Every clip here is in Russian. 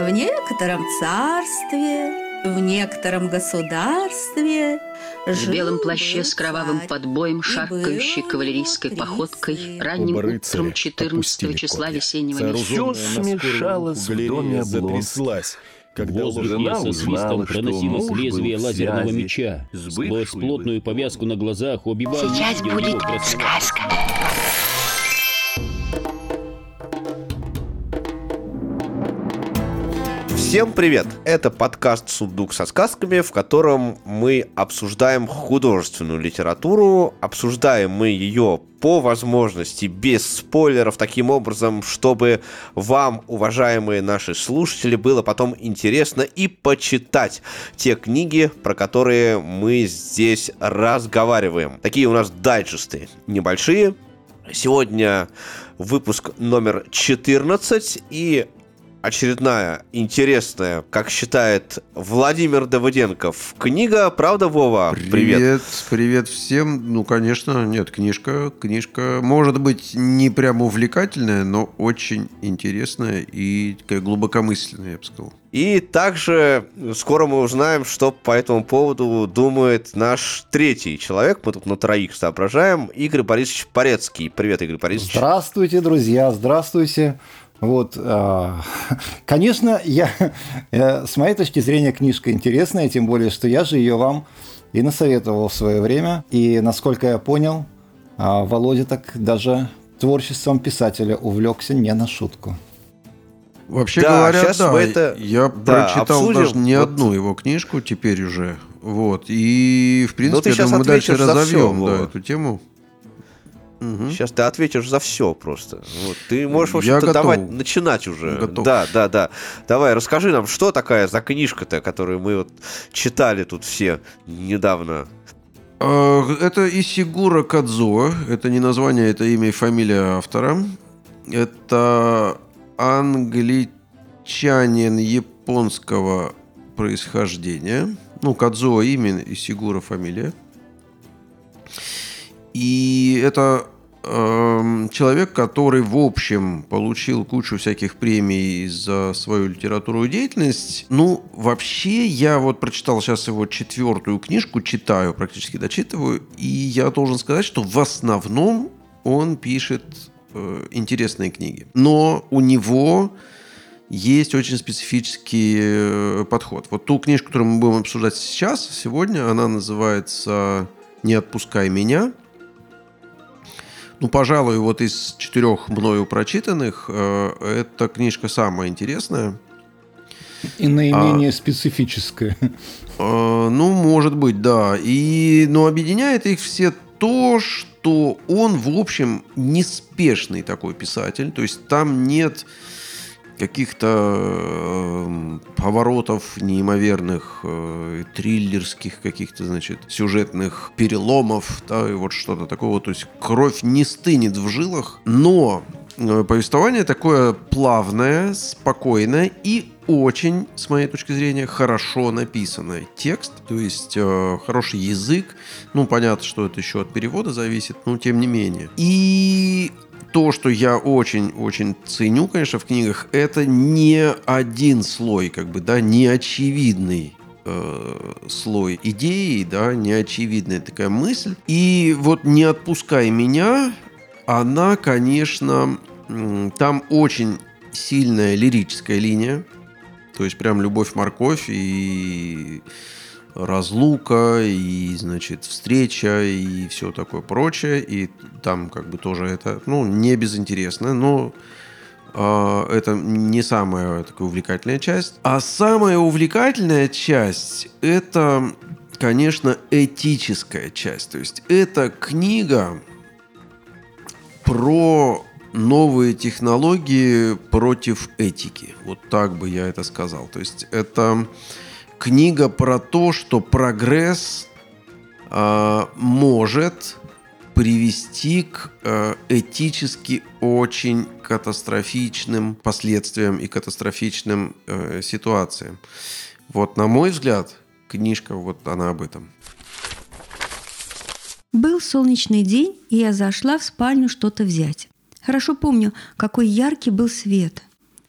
В некотором царстве, в некотором государстве В белом плаще с кровавым подбоем, шаркающей кавалерийской походкой, ранним утром 14 числа весеннего месяца. Все смешалось в доме Облонских. В воздухе со свистом проносилось лезвие лазерного меча. Сквозь плотную повязку на глазах убивал. Сейчас будет сказка. Всем привет! Это подкаст «Сундук со сказками», в котором мы обсуждаем художественную литературу. Обсуждаем мы ее по возможности без спойлеров, таким образом, чтобы вам, уважаемые наши слушатели, было потом интересно и почитать те книги, про которые мы здесь разговариваем. Такие у нас дайджесты небольшие. Сегодня выпуск номер 14 и очередная интересная, как считает Владимир Давыденков, книга, правда, Вова? Привет. Привет всем. Ну, конечно, нет, книжка может быть не прям увлекательная, но очень интересная и такая глубокомысленная, я бы сказал. И также скоро мы узнаем, что по этому поводу думает наш третий человек. Мы тут на троих соображаем. Игорь Борисович Порецкий. Привет, Игорь Борисович. Здравствуйте, друзья, здравствуйте. Вот, конечно, с моей точки зрения, книжка интересная, тем более, что я же ее вам и насоветовал в свое время. И, насколько я понял, Володя так даже творчеством писателя увлекся не на шутку. Вообще говоря, да, я прочитал обсудим. даже не одну его книжку теперь уже. Вот, и, в принципе, я думаю, мы дальше разовьем эту тему. Сейчас ты ответишь за все просто. Вот. Ты можешь, в общем-то, давай начинать уже. Готов. Да. Давай, расскажи нам, что такая за книжка-то, которую мы вот читали тут все недавно. Это Исигуро Кадзуо. Это не название, это имя и фамилия автора. Это англичанин японского происхождения. Ну, Кадзуо имя, Исигуро фамилия. И это человек, который, в общем, получил кучу всяких премий за свою литературную деятельность. Ну, вообще, я вот прочитал сейчас его 4-ю книжку, читаю, практически дочитываю, и я должен сказать, что в основном он пишет интересные книги. Но у него есть очень специфический подход. Вот ту книжку, которую мы будем обсуждать сегодня, она называется «Не отпускай меня». Ну, пожалуй, вот из 4 мною прочитанных эта книжка самая интересная. И наименее специфическая. Ну, может быть, да. Но объединяет их все то, что он, в общем, неспешный такой писатель. То есть там нет каких-то поворотов неимоверных, триллерских каких-то, значит, сюжетных переломов, да, и вот что-то такого. То есть кровь не стынет в жилах, но повествование такое плавное, спокойное и очень, с моей точки зрения, хорошо написанный текст, то есть хороший язык. Ну, понятно, что это еще от перевода зависит, но тем не менее. И то, что я очень-очень ценю, конечно, в книгах, это не один слой, как бы, да, не очевидный слой идеи, да, не очевидная такая мысль. И вот «Не отпускай меня», она, конечно, там очень сильная лирическая линия, то есть прям любовь-морковь и разлука, и, значит, встреча, и все такое прочее. И там как бы тоже это, ну, не безинтересно, но это не самая такая увлекательная часть. А самая увлекательная часть – это, конечно, этическая часть. То есть это книга про новые технологии против этики. Вот так бы я это сказал. То есть это книга про то, что прогресс может привести к этически очень катастрофичным последствиям и катастрофичным ситуациям. Вот, на мой взгляд, книжка вот она об этом. Был солнечный день, и я зашла в спальню что-то взять. Хорошо помню, какой яркий был свет.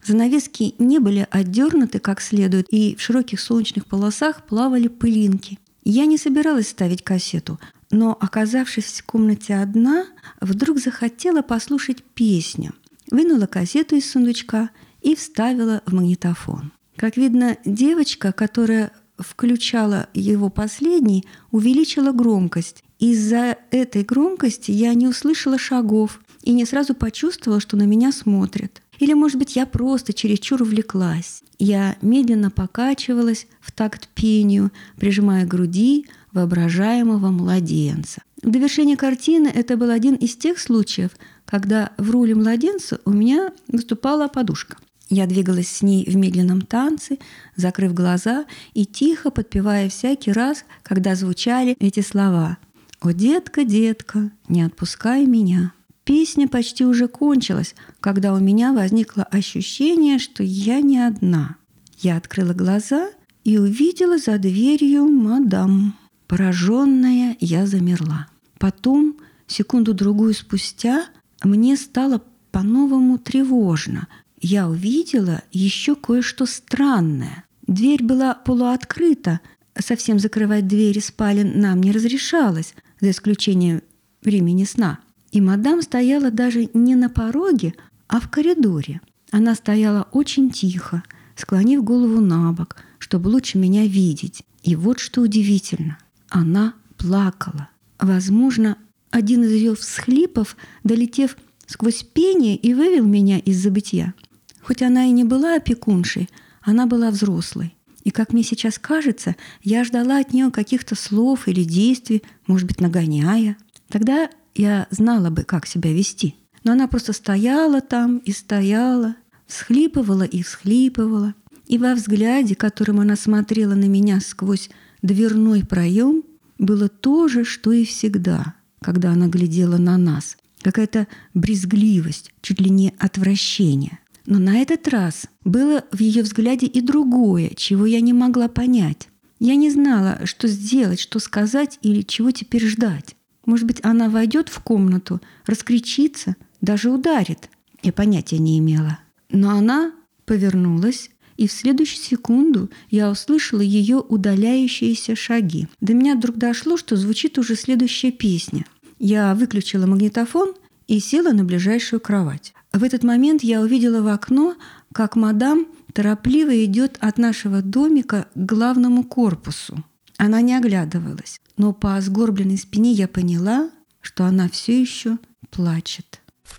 Занавески не были отдернуты как следует, и в широких солнечных полосах плавали пылинки. Я не собиралась ставить кассету, но, оказавшись в комнате одна, вдруг захотела послушать песню. Вынула кассету из сундучка и вставила в магнитофон. Как видно, девочка, которая включала его последней, увеличила громкость. Из-за этой громкости я не услышала шагов и не сразу почувствовала, что на меня смотрят. Или, может быть, я просто чересчур увлеклась. Я медленно покачивалась в такт пению, прижимая к груди воображаемого младенца. В довершение картины это был один из тех случаев, когда в роли младенца у меня выступала подушка. Я двигалась с ней в медленном танце, закрыв глаза и тихо подпевая всякий раз, когда звучали эти слова: «О, детка, детка, не отпускай меня». Песня почти уже кончилась, когда у меня возникло ощущение, что я не одна. Я открыла глаза и увидела за дверью мадам. Пораженная, я замерла. Потом, секунду-другую спустя, мне стало по-новому тревожно. Я увидела еще кое-что странное. Дверь была полуоткрыта, совсем закрывать двери спален нам не разрешалось, за исключением времени сна. И мадам стояла даже не на пороге, а в коридоре. Она стояла очень тихо, склонив голову набок, чтобы лучше меня видеть. И вот что удивительно. Она плакала. Возможно, один из ее всхлипов, долетев сквозь пение, и вывел меня из забытья. Хоть она и не была опекуншей, она была взрослой. И, как мне сейчас кажется, я ждала от нее каких-то слов или действий, может быть, нагоняя. Тогда я знала бы, как себя вести. Но она просто стояла там и стояла, всхлипывала и всхлипывала. И во взгляде, которым она смотрела на меня сквозь дверной проем, было то же, что и всегда, когда она глядела на нас. Какая-то брезгливость, чуть ли не отвращение. Но на этот раз было в ее взгляде и другое, чего я не могла понять. Я не знала, что сделать, что сказать или чего теперь ждать. Может быть, она войдет в комнату, раскричится, даже ударит. Я понятия не имела. Но она повернулась, и в следующую секунду я услышала ее удаляющиеся шаги. До меня вдруг дошло, что звучит уже следующая песня. Я выключила магнитофон и села на ближайшую кровать. В этот момент я увидела в окно, как мадам торопливо идет от нашего домика к главному корпусу. Она не оглядывалась, но по сгорбленной спине я поняла, что она все еще плачет.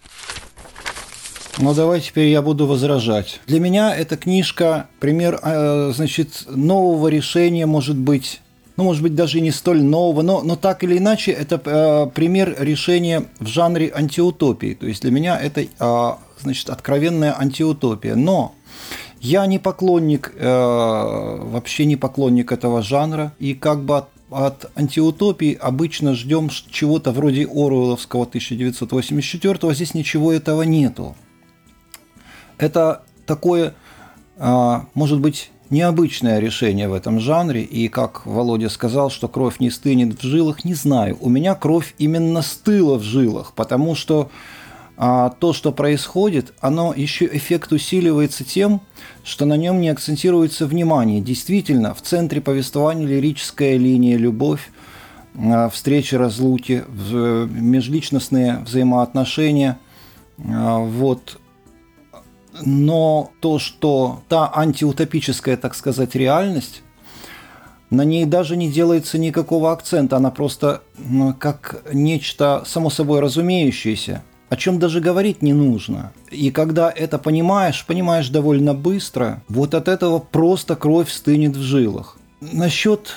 Ну, давай теперь я буду возражать. Для меня эта книжка пример, нового решения, может быть, даже не столь нового, но так или иначе, это пример решения в жанре антиутопии. То есть для меня это, откровенная антиутопия. Но я не поклонник, вообще не поклонник этого жанра, и как бы от антиутопии обычно ждем чего-то вроде Оруэлловского 1984, здесь ничего этого нету. Это такое, может быть, необычное решение в этом жанре, и, как Володя сказал, что кровь не стынет в жилах, не знаю. У меня кровь именно стыла в жилах, потому что то, что происходит, оно еще эффект усиливается тем, что на нем не акцентируется внимание. Действительно, в центре повествования лирическая линия, любовь, встречи, разлуки, межличностные взаимоотношения. Вот. Но то, что та антиутопическая, так сказать, реальность, на ней даже не делается никакого акцента, она просто как нечто само собой разумеющееся, о чем даже говорить не нужно. И когда это понимаешь довольно быстро, вот от этого просто кровь стынет в жилах. Насчет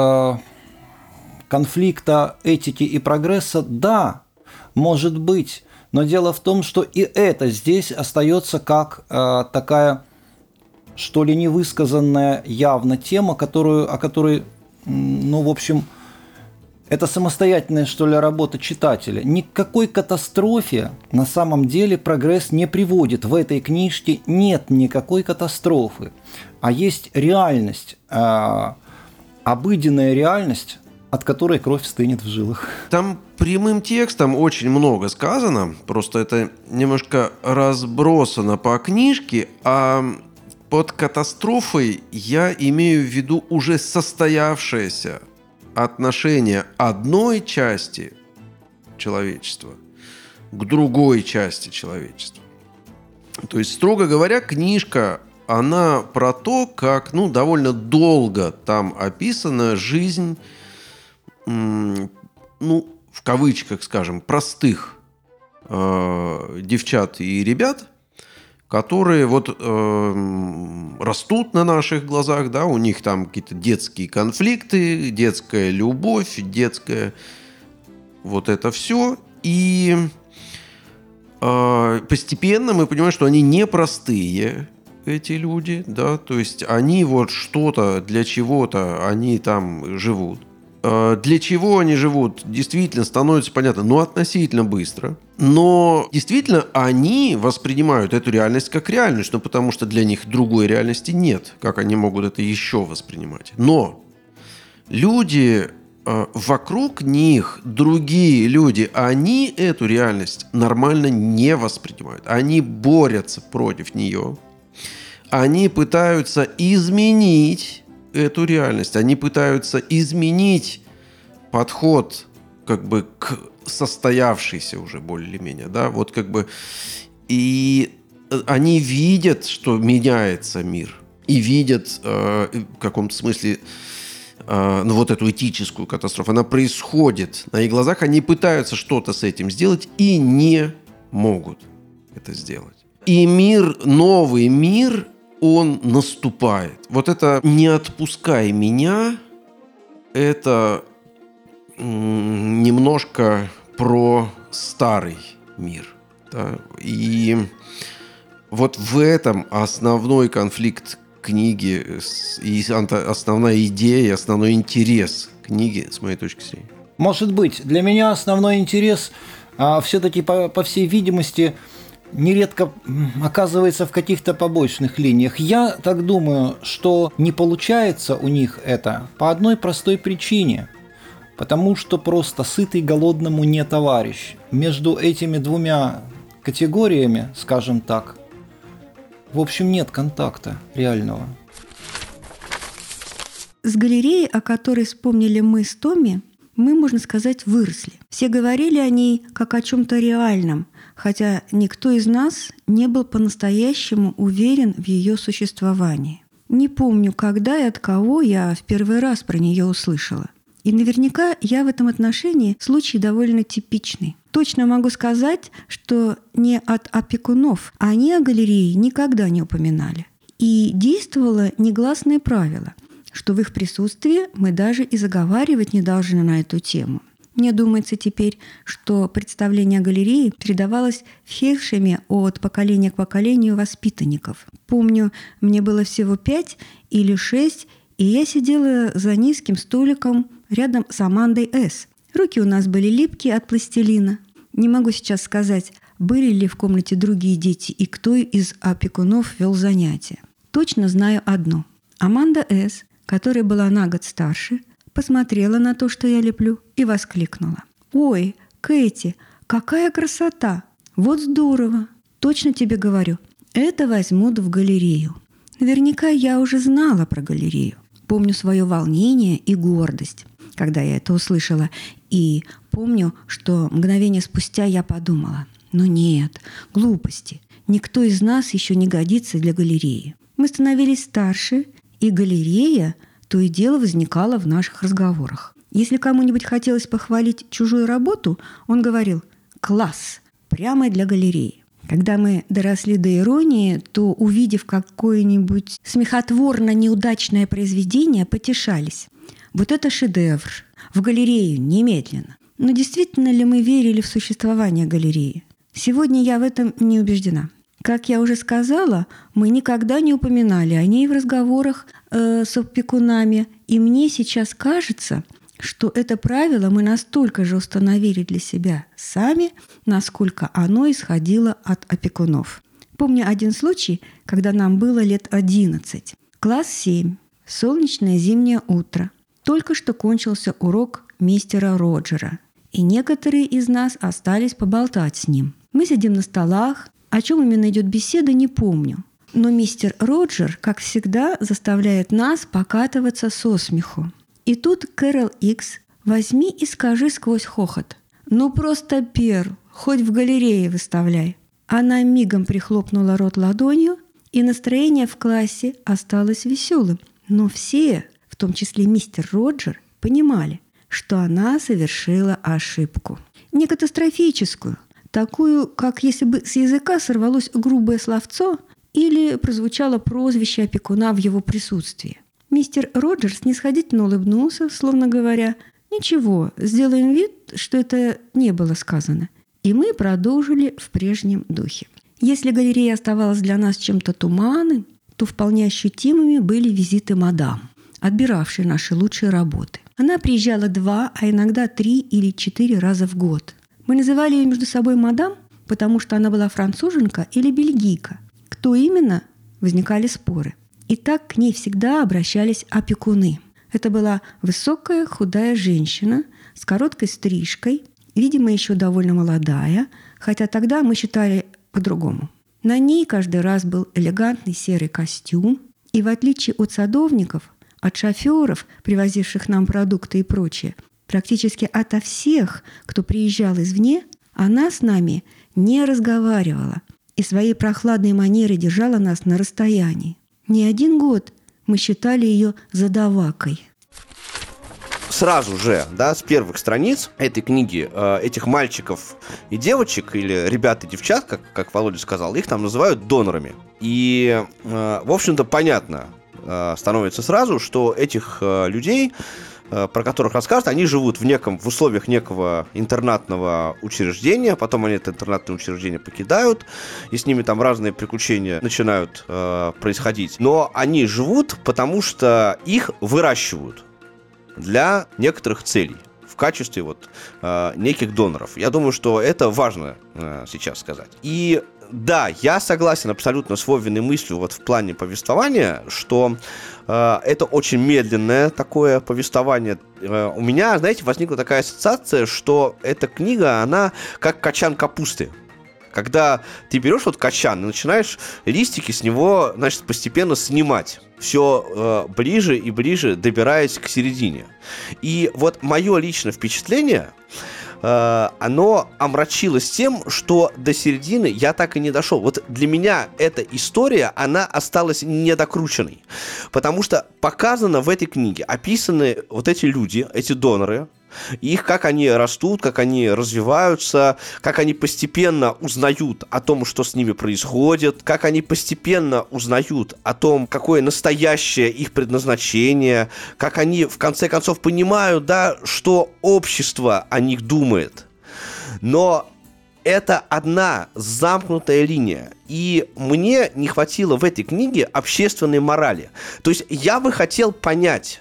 конфликта этики и прогресса, да, может быть. Но дело в том, что и это здесь остается как такая, что ли, невысказанная явно тема, о которой, в общем, это самостоятельная, что ли, работа читателя. Ни к какой катастрофе на самом деле прогресс не приводит. В этой книжке нет никакой катастрофы, а есть реальность, обыденная реальность, от которой кровь стынет в жилах. Там прямым текстом очень много сказано, просто это немножко разбросано по книжке, а под катастрофой я имею в виду уже состоявшееся отношение одной части человечества к другой части человечества. То есть, строго говоря, книжка, она про то, как, довольно долго там описана жизнь, в кавычках, скажем, простых девчат и ребят, которые растут на наших глазах, да, у них там какие-то детские конфликты, детская любовь, детское вот это все. И постепенно мы понимаем, что они непростые, эти люди, да, то есть они что-то, для чего-то они там живут. Для чего они живут, действительно становится понятно, относительно быстро. Но действительно они воспринимают эту реальность как реальность, потому что для них другой реальности нет. Как они могут это еще воспринимать? Но люди вокруг них, другие люди, они эту реальность нормально не воспринимают. Они борются против нее. Они пытаются изменить эту реальность. Они пытаются изменить подход к состоявшейся уже более-менее, да, и они видят, что меняется мир, и видят в каком-то смысле эту этическую катастрофу. Она происходит на их глазах, они пытаются что-то с этим сделать и не могут это сделать. И новый мир, он наступает. Это «не отпускай меня», это немножко про старый мир. Да? И в этом основной конфликт книги и основная идея, основной интерес книги, с моей точки зрения. Может быть, для меня основной интерес все-таки, по всей видимости, нередко оказывается в каких-то побочных линиях. Я так думаю, что не получается у них это по одной простой причине. Потому что просто сытый голодному не товарищ. Между этими двумя категориями, скажем так, в общем, нет контакта реального. С галереей, о которой вспомнили мы с Томми, мы, можно сказать, выросли. Все говорили о ней как о чем-то реальном, хотя никто из нас не был по-настоящему уверен в ее существовании. Не помню, когда и от кого я в первый раз про нее услышала. И наверняка я в этом отношении случай довольно типичный. Точно могу сказать, что не от опекунов они о галерее никогда не упоминали. И действовало негласное правило, что в их присутствии мы даже и заговаривать не должны на эту тему. Мне думается теперь, что представление о галерее передавалось вхевшими от поколения к поколению воспитанников. Помню, мне было всего 5 или 6, и я сидела за низким столиком рядом с Амандой С. Руки у нас были липкие от пластилина. Не могу сейчас сказать, были ли в комнате другие дети и кто из опекунов вел занятия. Точно знаю одно. Аманда С., которая была на год старше, посмотрела на то, что я леплю, и воскликнула. «Ой, Кэти, какая красота! Вот здорово! Точно тебе говорю, это возьмут в галерею». Наверняка я уже знала про галерею. Помню свое волнение и гордость, когда я это услышала. И помню, что мгновение спустя я подумала: ну нет, глупости. Никто из нас еще не годится для галереи. Мы становились старше, и галерея то и дело возникала в наших разговорах. Если кому-нибудь хотелось похвалить чужую работу, он говорил: «Класс! Прямо для галереи». Когда мы доросли до иронии, то, увидев какое-нибудь смехотворно неудачное произведение, потешались. Вот это шедевр! В галерею немедленно! Но действительно ли мы верили в существование галереи? Сегодня я в этом не убеждена. Как я уже сказала, мы никогда не упоминали о ней в разговорах с опекунами, и мне сейчас кажется, что это правило мы настолько же установили для себя сами, насколько оно исходило от опекунов. Помню один случай, когда нам было лет 11. Класс 7. Солнечное зимнее утро. Только что кончился урок мистера Роджера. И некоторые из нас остались поболтать с ним. Мы сидим на столах. О чем именно идет беседа, не помню. Но мистер Роджер, как всегда, заставляет нас покатываться со смеху. И тут Кэрол Икс, возьми и скажи сквозь хохот: «Ну просто Перл, хоть в галерее выставляй». Она мигом прихлопнула рот ладонью, и настроение в классе осталось веселым. Но все, в том числе мистер Роджер, понимали, что она совершила ошибку. Не катастрофическую, такую, как если бы с языка сорвалось грубое словцо или прозвучало прозвище опекуна в его присутствии. Мистер Роджер снисходительно улыбнулся, словно говоря: «Ничего, сделаем вид, что это не было сказано». И мы продолжили в прежнем духе. Если галерея оставалась для нас чем-то туманным, то вполне ощутимыми были визиты мадам, отбиравшей наши лучшие работы. Она приезжала 2, а иногда 3 или 4 раза в год. Мы называли ее между собой мадам, потому что она была француженка или бельгийка. Кто именно? Возникали споры. И так к ней всегда обращались опекуны. Это была высокая, худая женщина с короткой стрижкой, видимо, еще довольно молодая, хотя тогда мы считали по-другому. На ней каждый раз был элегантный серый костюм, и в отличие от садовников, от шоферов, привозивших нам продукты и прочее, практически ото всех, кто приезжал извне, она с нами не разговаривала и своей прохладной манерой держала нас на расстоянии. Не один год мы считали ее задавакой. Сразу же, да, с первых страниц этой книги этих мальчиков и девочек, или ребят и девчат, как Володя сказал, их там называют донорами. И, в общем-то, понятно становится сразу, что этих людей, про которых рассказывают, они живут в условиях некого интернатного учреждения, потом они это интернатное учреждение покидают, и с ними там разные приключения начинают происходить. Но они живут, потому что их выращивают для некоторых целей в качестве неких доноров. Я думаю, что это важно сейчас сказать. И да, я согласен абсолютно с Вовиной мыслью в плане повествования, что это очень медленное такое повествование. У меня, знаете, возникла такая ассоциация, что эта книга, она как качан капусты. Когда ты берешь качан и начинаешь листики с него, значит, постепенно снимать, все ближе и ближе добираясь к середине. И мое личное впечатление, оно омрачилось тем, что до середины я так и не дошел. Для меня эта история, она осталась недокрученной. Потому что показано в этой книге, описаны эти люди, эти доноры, их, как они растут, как они развиваются, как они постепенно узнают о том, что с ними происходит, как они постепенно узнают о том, какое настоящее их предназначение, как они, в конце концов, понимают, да, что общество о них думает. Но это одна замкнутая линия. И мне не хватило в этой книге общественной морали. То есть я бы хотел понять,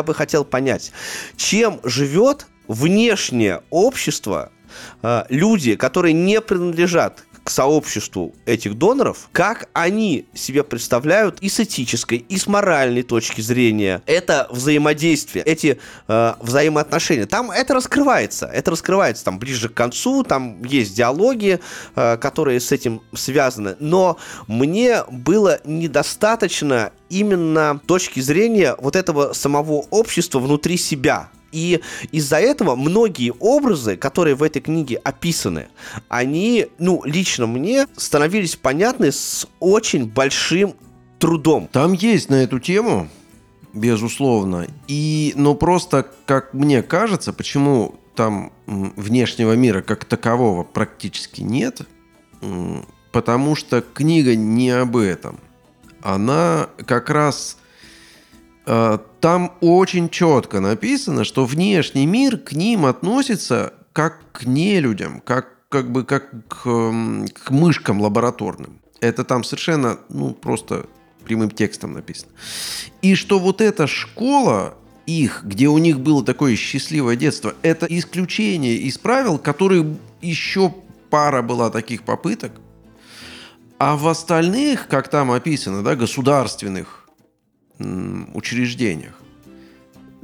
чем живет внешнее общество, люди, которые не принадлежат к сообществу этих доноров, как они себе представляют и с этической, и с моральной точки зрения это взаимодействие, эти взаимоотношения. Там это раскрывается там ближе к концу, там есть диалоги, которые с этим связаны, но мне было недостаточно именно точки зрения этого самого общества внутри себя. И из-за этого многие образы, которые в этой книге описаны, они, лично мне, становились понятны с очень большим трудом. Там есть на эту тему, безусловно. Но просто, как мне кажется, почему там внешнего мира как такового практически нет, потому что книга не об этом. Она как раз... Там очень четко написано, что внешний мир к ним относится как к нелюдям, как к мышкам лабораторным. Это там совершенно, просто прямым текстом написано. И что эта школа их, где у них было такое счастливое детство, это исключение из правил, которые еще пара была таких попыток. А в остальных, как там описано, да, государственных учреждениях,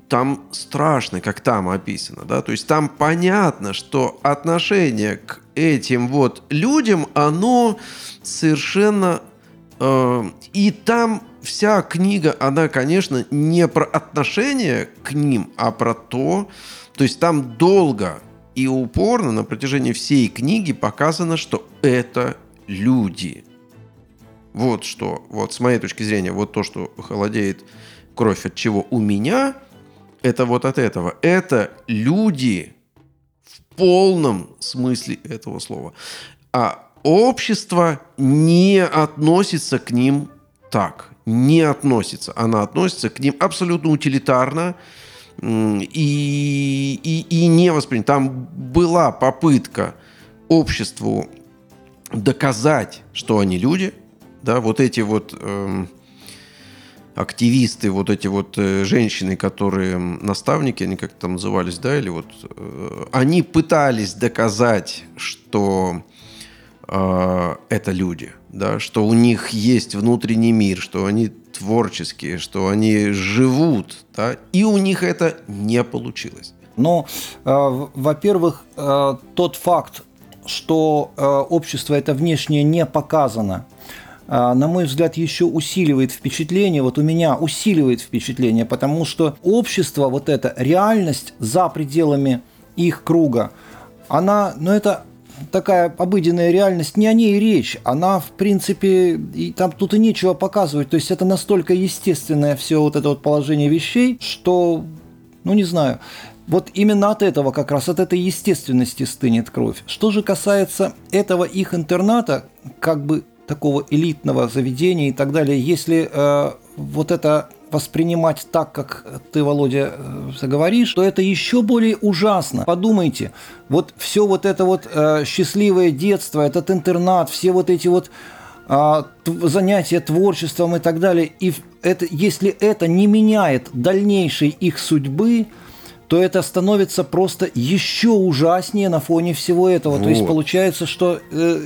там страшно, как там описано, да, то есть там понятно, что отношение к этим вот людям, оно совершенно... и там вся книга, она, конечно, не про отношение к ним, а про то есть там долго и упорно на протяжении всей книги показано, что это люди. Вот что, вот с моей точки зрения, вот то, что холодеет кровь от чего у меня, это вот от этого. Это люди в полном смысле этого слова. А общество не относится к ним так. Не относится. Она относится к ним абсолютно утилитарно и не воспринято. Там была попытка обществу доказать, что они люди. Да, вот эти вот активисты, вот эти вот женщины, которые наставники, они как там назывались, да, или вот они пытались доказать, что это люди, да, что у них есть внутренний мир, что они творческие, что они живут, да, и у них это не получилось. Но, во-первых, тот факт, что общество это внешнее не показано, на мой взгляд, еще усиливает впечатление, вот у меня усиливает впечатление, потому что общество, вот эта реальность за пределами их круга, она, это такая обыденная реальность, не о ней речь, она, в принципе, и там тут и нечего показывать, то есть это настолько естественное все вот это вот положение вещей, что, не знаю, вот именно от этого как раз, от этой естественности стынет кровь. Что же касается этого их интерната, как бы такого элитного заведения и так далее, если вот это воспринимать так, как ты, Володя, говоришь, то это еще более ужасно. Подумайте, вот все вот это вот счастливое детство, этот интернат, все вот эти вот занятия творчеством и так далее, и это, если это не меняет дальнейшей их судьбы, то это становится просто еще ужаснее на фоне всего этого. Вот. То есть получается, что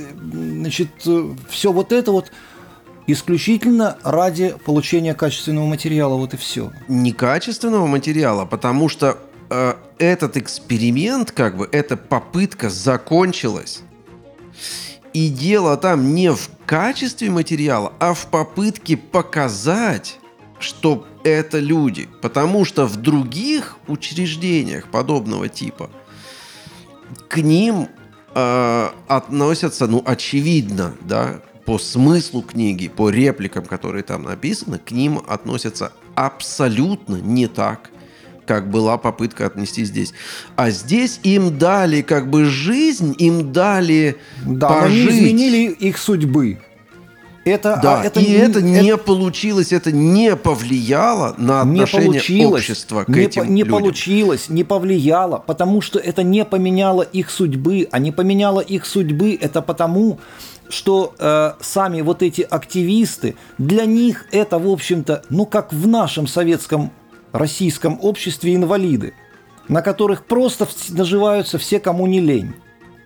все вот это вот исключительно ради получения качественного материала, вот и все. Некачественного материала, потому что этот эксперимент, как бы, эта попытка закончилась. И дело там не в качестве материала, а в попытке показать, что это люди. Потому что в других учреждениях подобного типа к ним относятся, очевидно, да, по смыслу книги, по репликам, которые там написаны, к ним относятся абсолютно не так, как была попытка отнести здесь. А здесь им дали как бы жизнь, им дали пожить. Да, они изменили их судьбы. Это не получилось, это не повлияло на отношение общества к этим людям. Не получилось, не повлияло, потому что это не поменяло их судьбы. А не поменяло их судьбы это потому, что сами вот эти активисты, для них это, в общем-то, как в нашем советском российском обществе инвалиды, на которых просто наживаются все, кому не лень.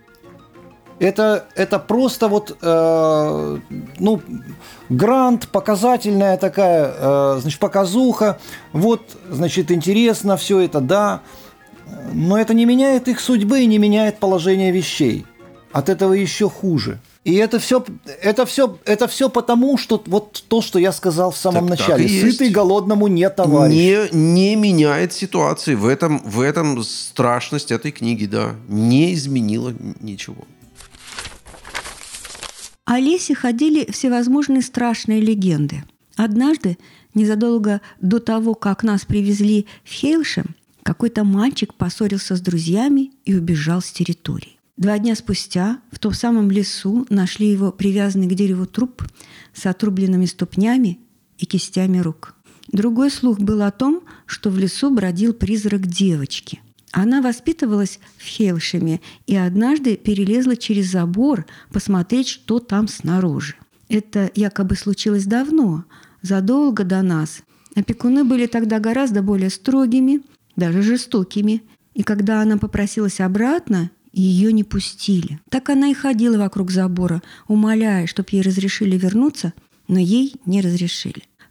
Это просто вот, грант, показательная такая, показуха, вот, интересно все это, да, но это не меняет их судьбы и не меняет положение вещей. От этого еще хуже. И это все потому, что вот то, что я сказал в самом начале. Сытый голодному не товарищ. Не меняет ситуации. В этом страшность этой книги, да. Не изменила ничего. О лесе ходили всевозможные страшные легенды. Однажды, незадолго до того, как нас привезли в Хейлшем, какой-то мальчик поссорился с друзьями и убежал с территории. 2 дня спустя в том самом лесу нашли его привязанный к дереву труп с отрубленными ступнями и кистями рук. Другой слух был о том, что в лесу бродил призрак девочки. Она воспитывалась в Хейлшеме и однажды перелезла через забор посмотреть, что там снаружи. Это якобы случилось давно, задолго до нас. Опекуны были тогда гораздо более строгими, даже жестокими. И когда она попросилась обратно, ее не пустили. Так она и ходила вокруг забора, умоляя, чтоб ей разрешили вернуться, но ей не разрешили. В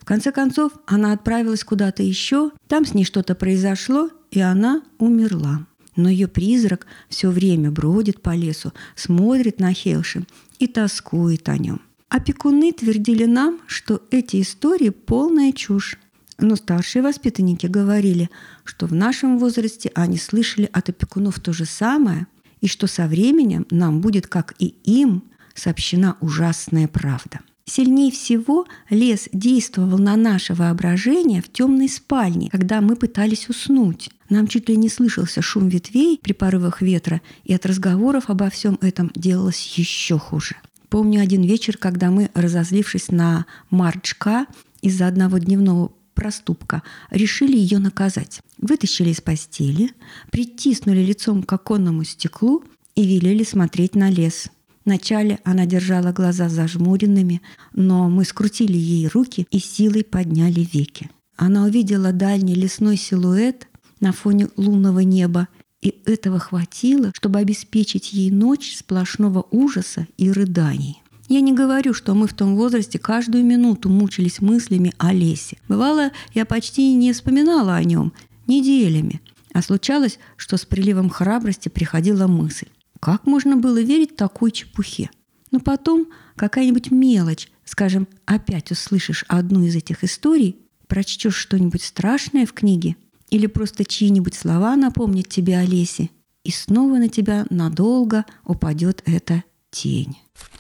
конце концов, она отправилась куда-то еще, там с ней что-то произошло, и она умерла. Но ее призрак все время бродит по лесу, смотрит на Хелши и тоскует о нем. Опекуны твердили нам, что эти истории полная чушь. Но старшие воспитанники говорили, что в нашем возрасте они слышали от опекунов то же самое, и что со временем нам будет, как и им, сообщена ужасная правда. Сильнее всего лес действовал на наше воображение в темной спальне, когда мы пытались уснуть. Нам чуть ли не слышался шум ветвей при порывах ветра, и от разговоров обо всем этом делалось еще хуже. Помню один вечер, когда мы, разозлившись на Марджка из-за одного дневного проступка, решили ее наказать. Вытащили из постели, притиснули лицом к оконному стеклу и велели смотреть на лес. Вначале она держала глаза зажмуренными, но мы скрутили ей руки и силой подняли веки. Она увидела дальний лесной силуэт на фоне лунного неба, и этого хватило, чтобы обеспечить ей ночь сплошного ужаса и рыданий. Я не говорю, что мы в том возрасте каждую минуту мучились мыслями о лесе. Бывало, я почти не вспоминала о нем неделями, а случалось, что с приливом храбрости приходила мысль: как можно было верить такой чепухе? Но потом какая-нибудь мелочь, скажем, опять услышишь одну из этих историй, прочтешь что-нибудь страшное в книге, или просто чьи-нибудь слова напомнят тебе о лесе, и снова на тебя надолго упадет эта тень.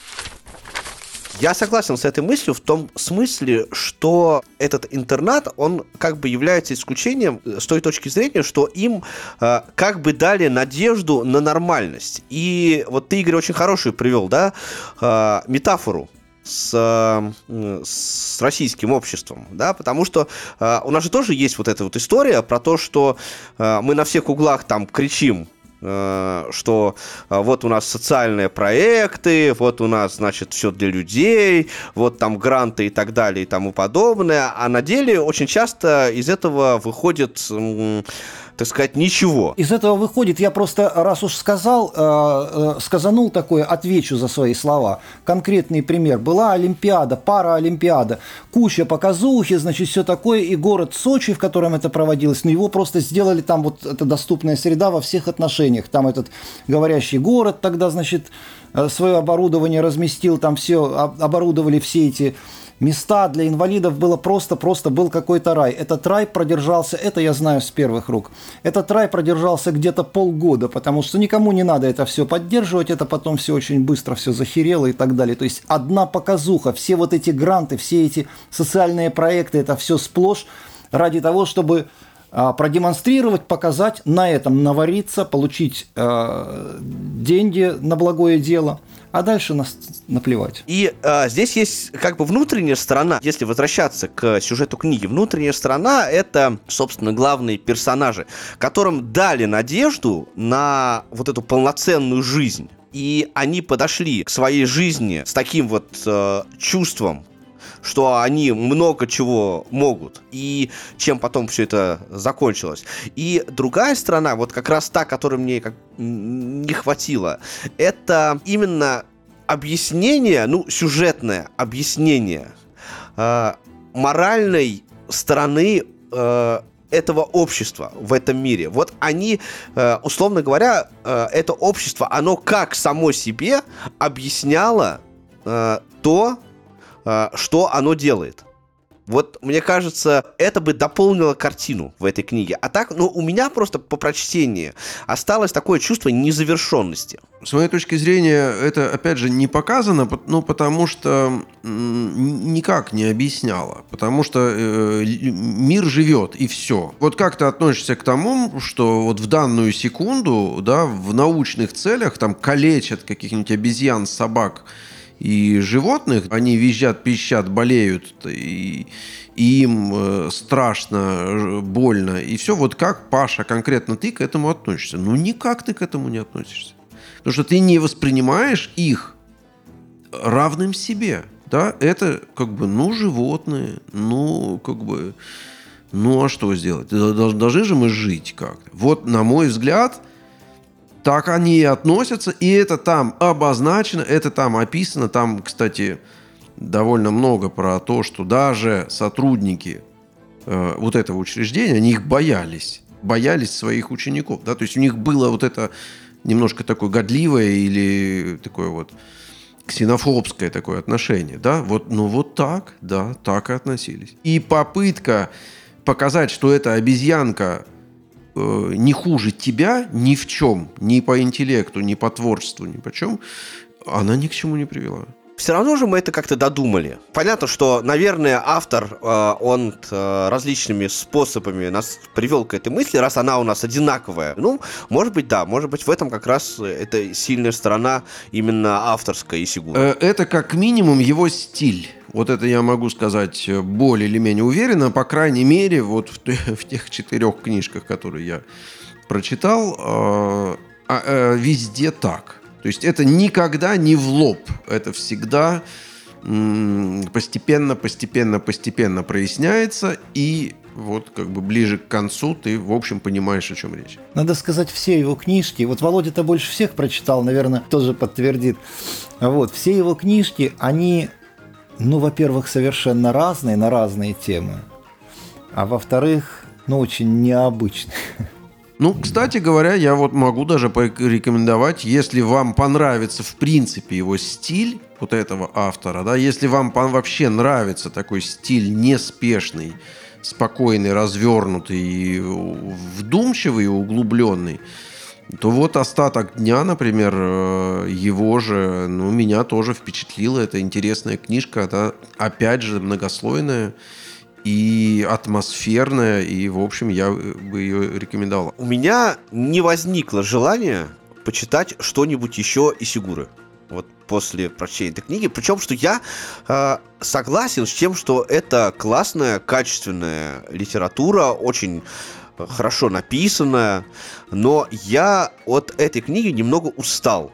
Я согласен с этой мыслью в том смысле, что этот интернат, он как бы является исключением с той точки зрения, что им как бы дали надежду на нормальность. И вот ты, Игорь, очень хорошую привел, да, метафору с российским обществом, да, потому что у нас же тоже есть вот эта вот история про то, что мы на всех углах там кричим, что вот у нас социальные проекты, вот у нас, значит, все для людей, вот там гранты и так далее и тому подобное, а на деле очень часто из этого выходит, так сказать, ничего. Из этого выходит, я просто, раз уж сказанул такое, отвечу за свои слова. Конкретный пример. Была Олимпиада, параолимпиада, куча показухи, значит, все такое, и город Сочи, в котором это проводилось, но его просто сделали там, вот эта доступная среда во всех отношениях. Там этот говорящий город тогда, значит, свое оборудование разместил, там все, оборудовали все эти места для инвалидов, было просто был какой-то рай. Этот рай продержался, это я знаю с первых рук, этот рай продержался где-то полгода, потому что никому не надо это все поддерживать, это потом все очень быстро все захерело и так далее. То есть одна показуха, все вот эти гранты, все эти социальные проекты, это все сплошь ради того, чтобы продемонстрировать, показать, на этом навариться, получить деньги на благое дело, а дальше нас наплевать. И здесь есть как бы внутренняя сторона, если возвращаться к сюжету книги. Внутренняя сторона — это, собственно, главные персонажи, которым дали надежду на вот эту полноценную жизнь. И они подошли к своей жизни с таким вот чувством, что они много чего могут, и чем потом все это закончилось. И другая сторона, вот как раз та, которой мне не хватило, это именно объяснение, сюжетное объяснение моральной стороны этого общества в этом мире. Вот они, условно говоря, это общество, оно как само себе объясняло то, что оно делает. Вот, мне кажется, это бы дополнило картину в этой книге. А так, у меня просто по прочтении осталось такое чувство незавершенности. С моей точки зрения, это, опять же, не показано, потому что никак не объясняло. Потому что мир живет, и все. Вот как ты относишься к тому, что вот в данную секунду, да, в научных целях там калечат каких-нибудь обезьян, собак и животных, они визжат, пищат, болеют, и им страшно, больно, и все. Вот как, Паша, конкретно ты к этому относишься? Никак ты к этому не относишься. Потому что ты не воспринимаешь их равным себе. Да? Это как бы, животные, а что сделать? Должны же мы жить как-то. Вот, на мой взгляд, так они и относятся, и это там обозначено, это там описано. Там, кстати, довольно много про то, что даже сотрудники вот этого учреждения, они их боялись своих учеников. Да? То есть у них было вот это немножко такое годливое или такое вот ксенофобское такое отношение. Да? Вот так, да, так и относились. И попытка показать, что эта обезьянка не хуже тебя ни в чем, ни по интеллекту, ни по творчеству, ни по чем, она ни к чему не привела. Все равно же мы это как-то додумали. Понятно, что, наверное, автор, он различными способами нас привел к этой мысли, раз она у нас одинаковая. Ну, может быть, да, может быть, в этом как раз это сильная сторона именно авторская Исигуры. Это как минимум его стиль. Вот это я могу сказать более или менее уверенно, по крайней мере, вот в тех 4 книжках, которые я прочитал, везде так. То есть это никогда не в лоб, это всегда постепенно проясняется, и вот как бы ближе к концу ты, в общем, понимаешь, о чем речь. Надо сказать, все его книжки, вот Володя-то больше всех прочитал, наверное, тоже подтвердит. Вот, все его книжки, они, ну, во-первых, совершенно разные, на разные темы, а во-вторых, ну, очень необычные. Ну, кстати говоря, я вот могу даже порекомендовать, если вам понравится в принципе его стиль, вот этого автора, да, если вам вообще нравится такой стиль неспешный, спокойный, развернутый, и вдумчивый и углубленный, то вот «Остаток дня», например, его же, ну, меня тоже впечатлило. Это интересная книжка, она, опять же, многослойная и атмосферная, и, в общем, я бы ее рекомендовал. У меня не возникло желания почитать что-нибудь еще Исигуры вот после прочтения этой книги. Причем, что я согласен с тем, что это классная, качественная литература, очень хорошо написанная, но я от этой книги немного устал.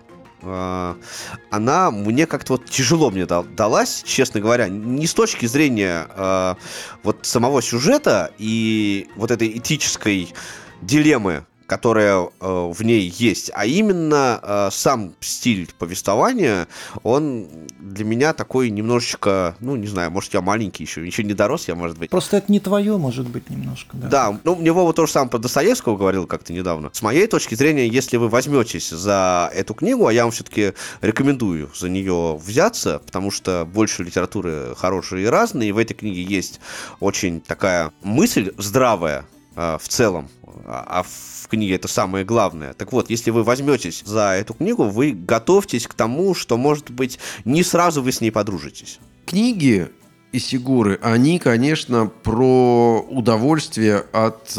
Она мне как-то вот тяжело мне далась, честно говоря, не с точки зрения вот самого сюжета и вот этой этической дилеммы, которая в ней есть, а именно сам стиль повествования, он для меня такой немножечко, ну, не знаю, может, я маленький еще не дорос я, может быть. Просто это не твое, может быть, немножко, да. Да, ну, мне Вова тоже сам про Достоевского говорил как-то недавно. С моей точки зрения, если вы возьметесь за эту книгу, а я вам все-таки рекомендую за нее взяться, потому что больше литературы хорошей и разной, и в этой книге есть очень такая мысль здравая в целом, а в книге это самое главное. Так вот, если вы возьметесь за эту книгу, вы готовьтесь к тому, что, может быть, не сразу вы с ней подружитесь. Книги Исигуры, они, конечно, про удовольствие от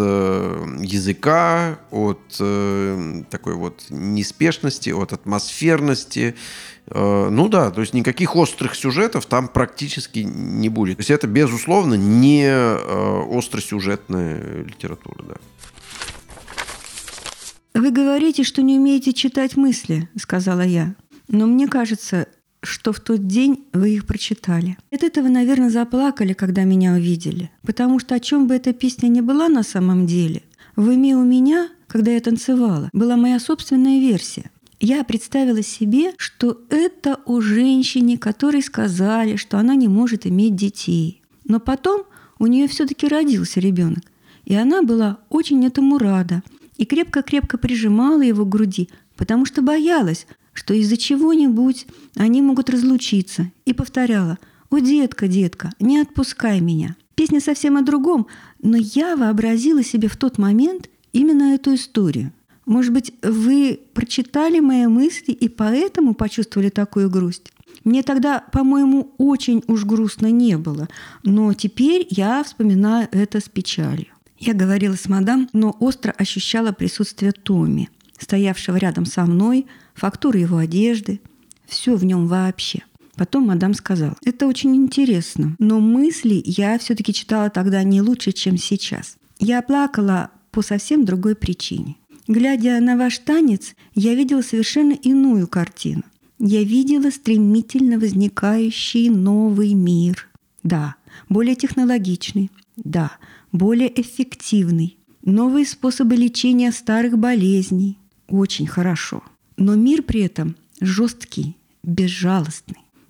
языка, от такой вот неспешности, от атмосферности. Ну да, то есть никаких острых сюжетов там практически не будет. То есть это, безусловно, не остросюжетная литература, да. «Вы говорите, что не умеете читать мысли», — сказала я. «Но мне кажется, что в тот день вы их прочитали. От этого, наверное, заплакали, когда меня увидели. Потому что о чем бы эта песня ни была на самом деле, в уме у меня, когда я танцевала, была моя собственная версия. Я представила себе, что это о женщине, которой сказали, что она не может иметь детей. Но потом у нее все-таки родился ребенок, и она была очень этому рада и крепко-крепко прижимала его к груди, потому что боялась, что из-за чего-нибудь они могут разлучиться, и повторяла: «О, детка, детка, не отпускай меня». Песня совсем о другом, но я вообразила себе в тот момент именно эту историю. Может быть, вы прочитали мои мысли и поэтому почувствовали такую грусть? Мне тогда, по-моему, очень уж грустно не было, но теперь я вспоминаю это с печалью. Я говорила с мадам, но остро ощущала присутствие Томми, стоявшего рядом со мной, фактуру его одежды, все в нем вообще. Потом мадам сказала: «Это очень интересно, но мысли я все-таки читала тогда не лучше, чем сейчас. Я плакала по совсем другой причине. Глядя на ваш танец, я видела совершенно иную картину. Я видела стремительно возникающий новый мир. Да, более технологичный. Да, более эффективный. Новые способы лечения старых болезней. Очень хорошо. Но мир при этом жесткий, безжалостный.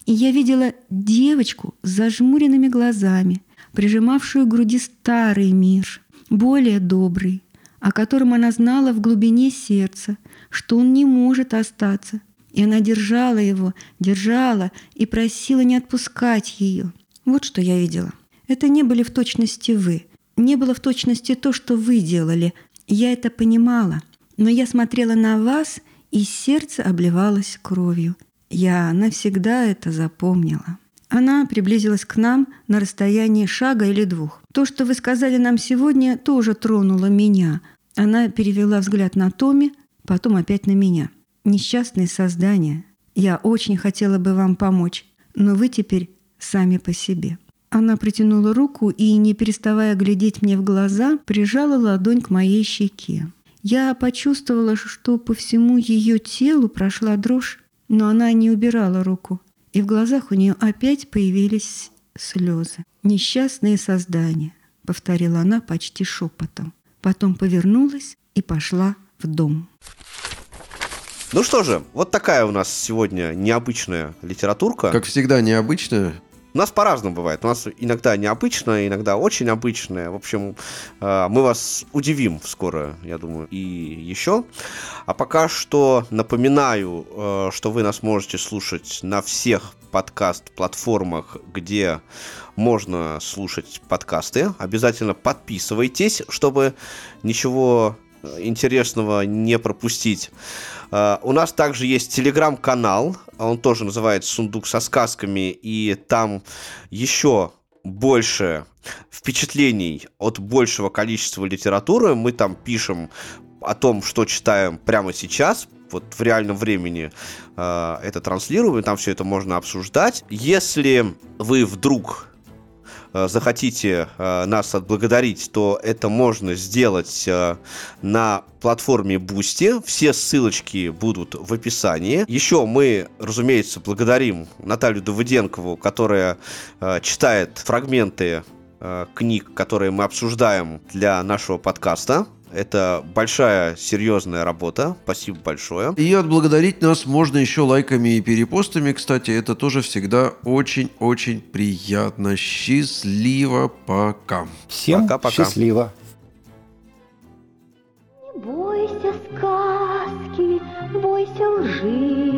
И я видела девочку с зажмуренными глазами, прижимавшую к груди старый мир, более добрый, о котором она знала в глубине сердца, что он не может остаться. И она держала его, держала и просила не отпускать ее. Вот что я видела. Это не были в точности вы. Не было в точности то, что вы делали. Я это понимала. Но я смотрела на вас, и сердце обливалось кровью. Я навсегда это запомнила. Она приблизилась к нам на расстоянии шага или двух. То, что вы сказали нам сегодня, тоже тронуло меня. Она перевела взгляд на Томми, потом опять на меня. Несчастные создания. Я очень хотела бы вам помочь, но вы теперь сами по себе. Она протянула руку и, не переставая глядеть мне в глаза, прижала ладонь к моей щеке. Я почувствовала, что по всему ее телу прошла дрожь, но она не убирала руку, и в глазах у нее опять появились слезы. «Несчастные создания», — повторила она почти шепотом. Потом повернулась и пошла в дом. Ну что же, вот такая у нас сегодня необычная литературка. Как всегда, необычная. У нас по-разному бывает. У нас иногда необычная, иногда очень обычная. В общем, мы вас удивим скоро, я думаю, и еще. А пока что напоминаю, что вы нас можете слушать на всех подкаст-платформах, где можно слушать подкасты. Обязательно подписывайтесь, чтобы ничего интересного не пропустить. У нас также есть телеграм-канал, он тоже называется «Сундук со сказками», и там еще больше впечатлений от большего количества литературы. Мы там пишем о том, что читаем прямо сейчас, вот в реальном времени это транслируем, и там все это можно обсуждать. Если вы вдруг захотите нас отблагодарить, то это можно сделать на платформе Boosty. Все ссылочки будут в описании. Еще мы, разумеется, благодарим Наталью Давыденкову, которая читает фрагменты книг, которые мы обсуждаем для нашего подкаста. Это большая, серьезная работа. Спасибо большое. И отблагодарить нас можно еще лайками и перепостами. Кстати, это тоже всегда очень-очень приятно. Счастливо, пока. Всем пока-пока. Счастливо. Не бойся сказки, бойся лжи.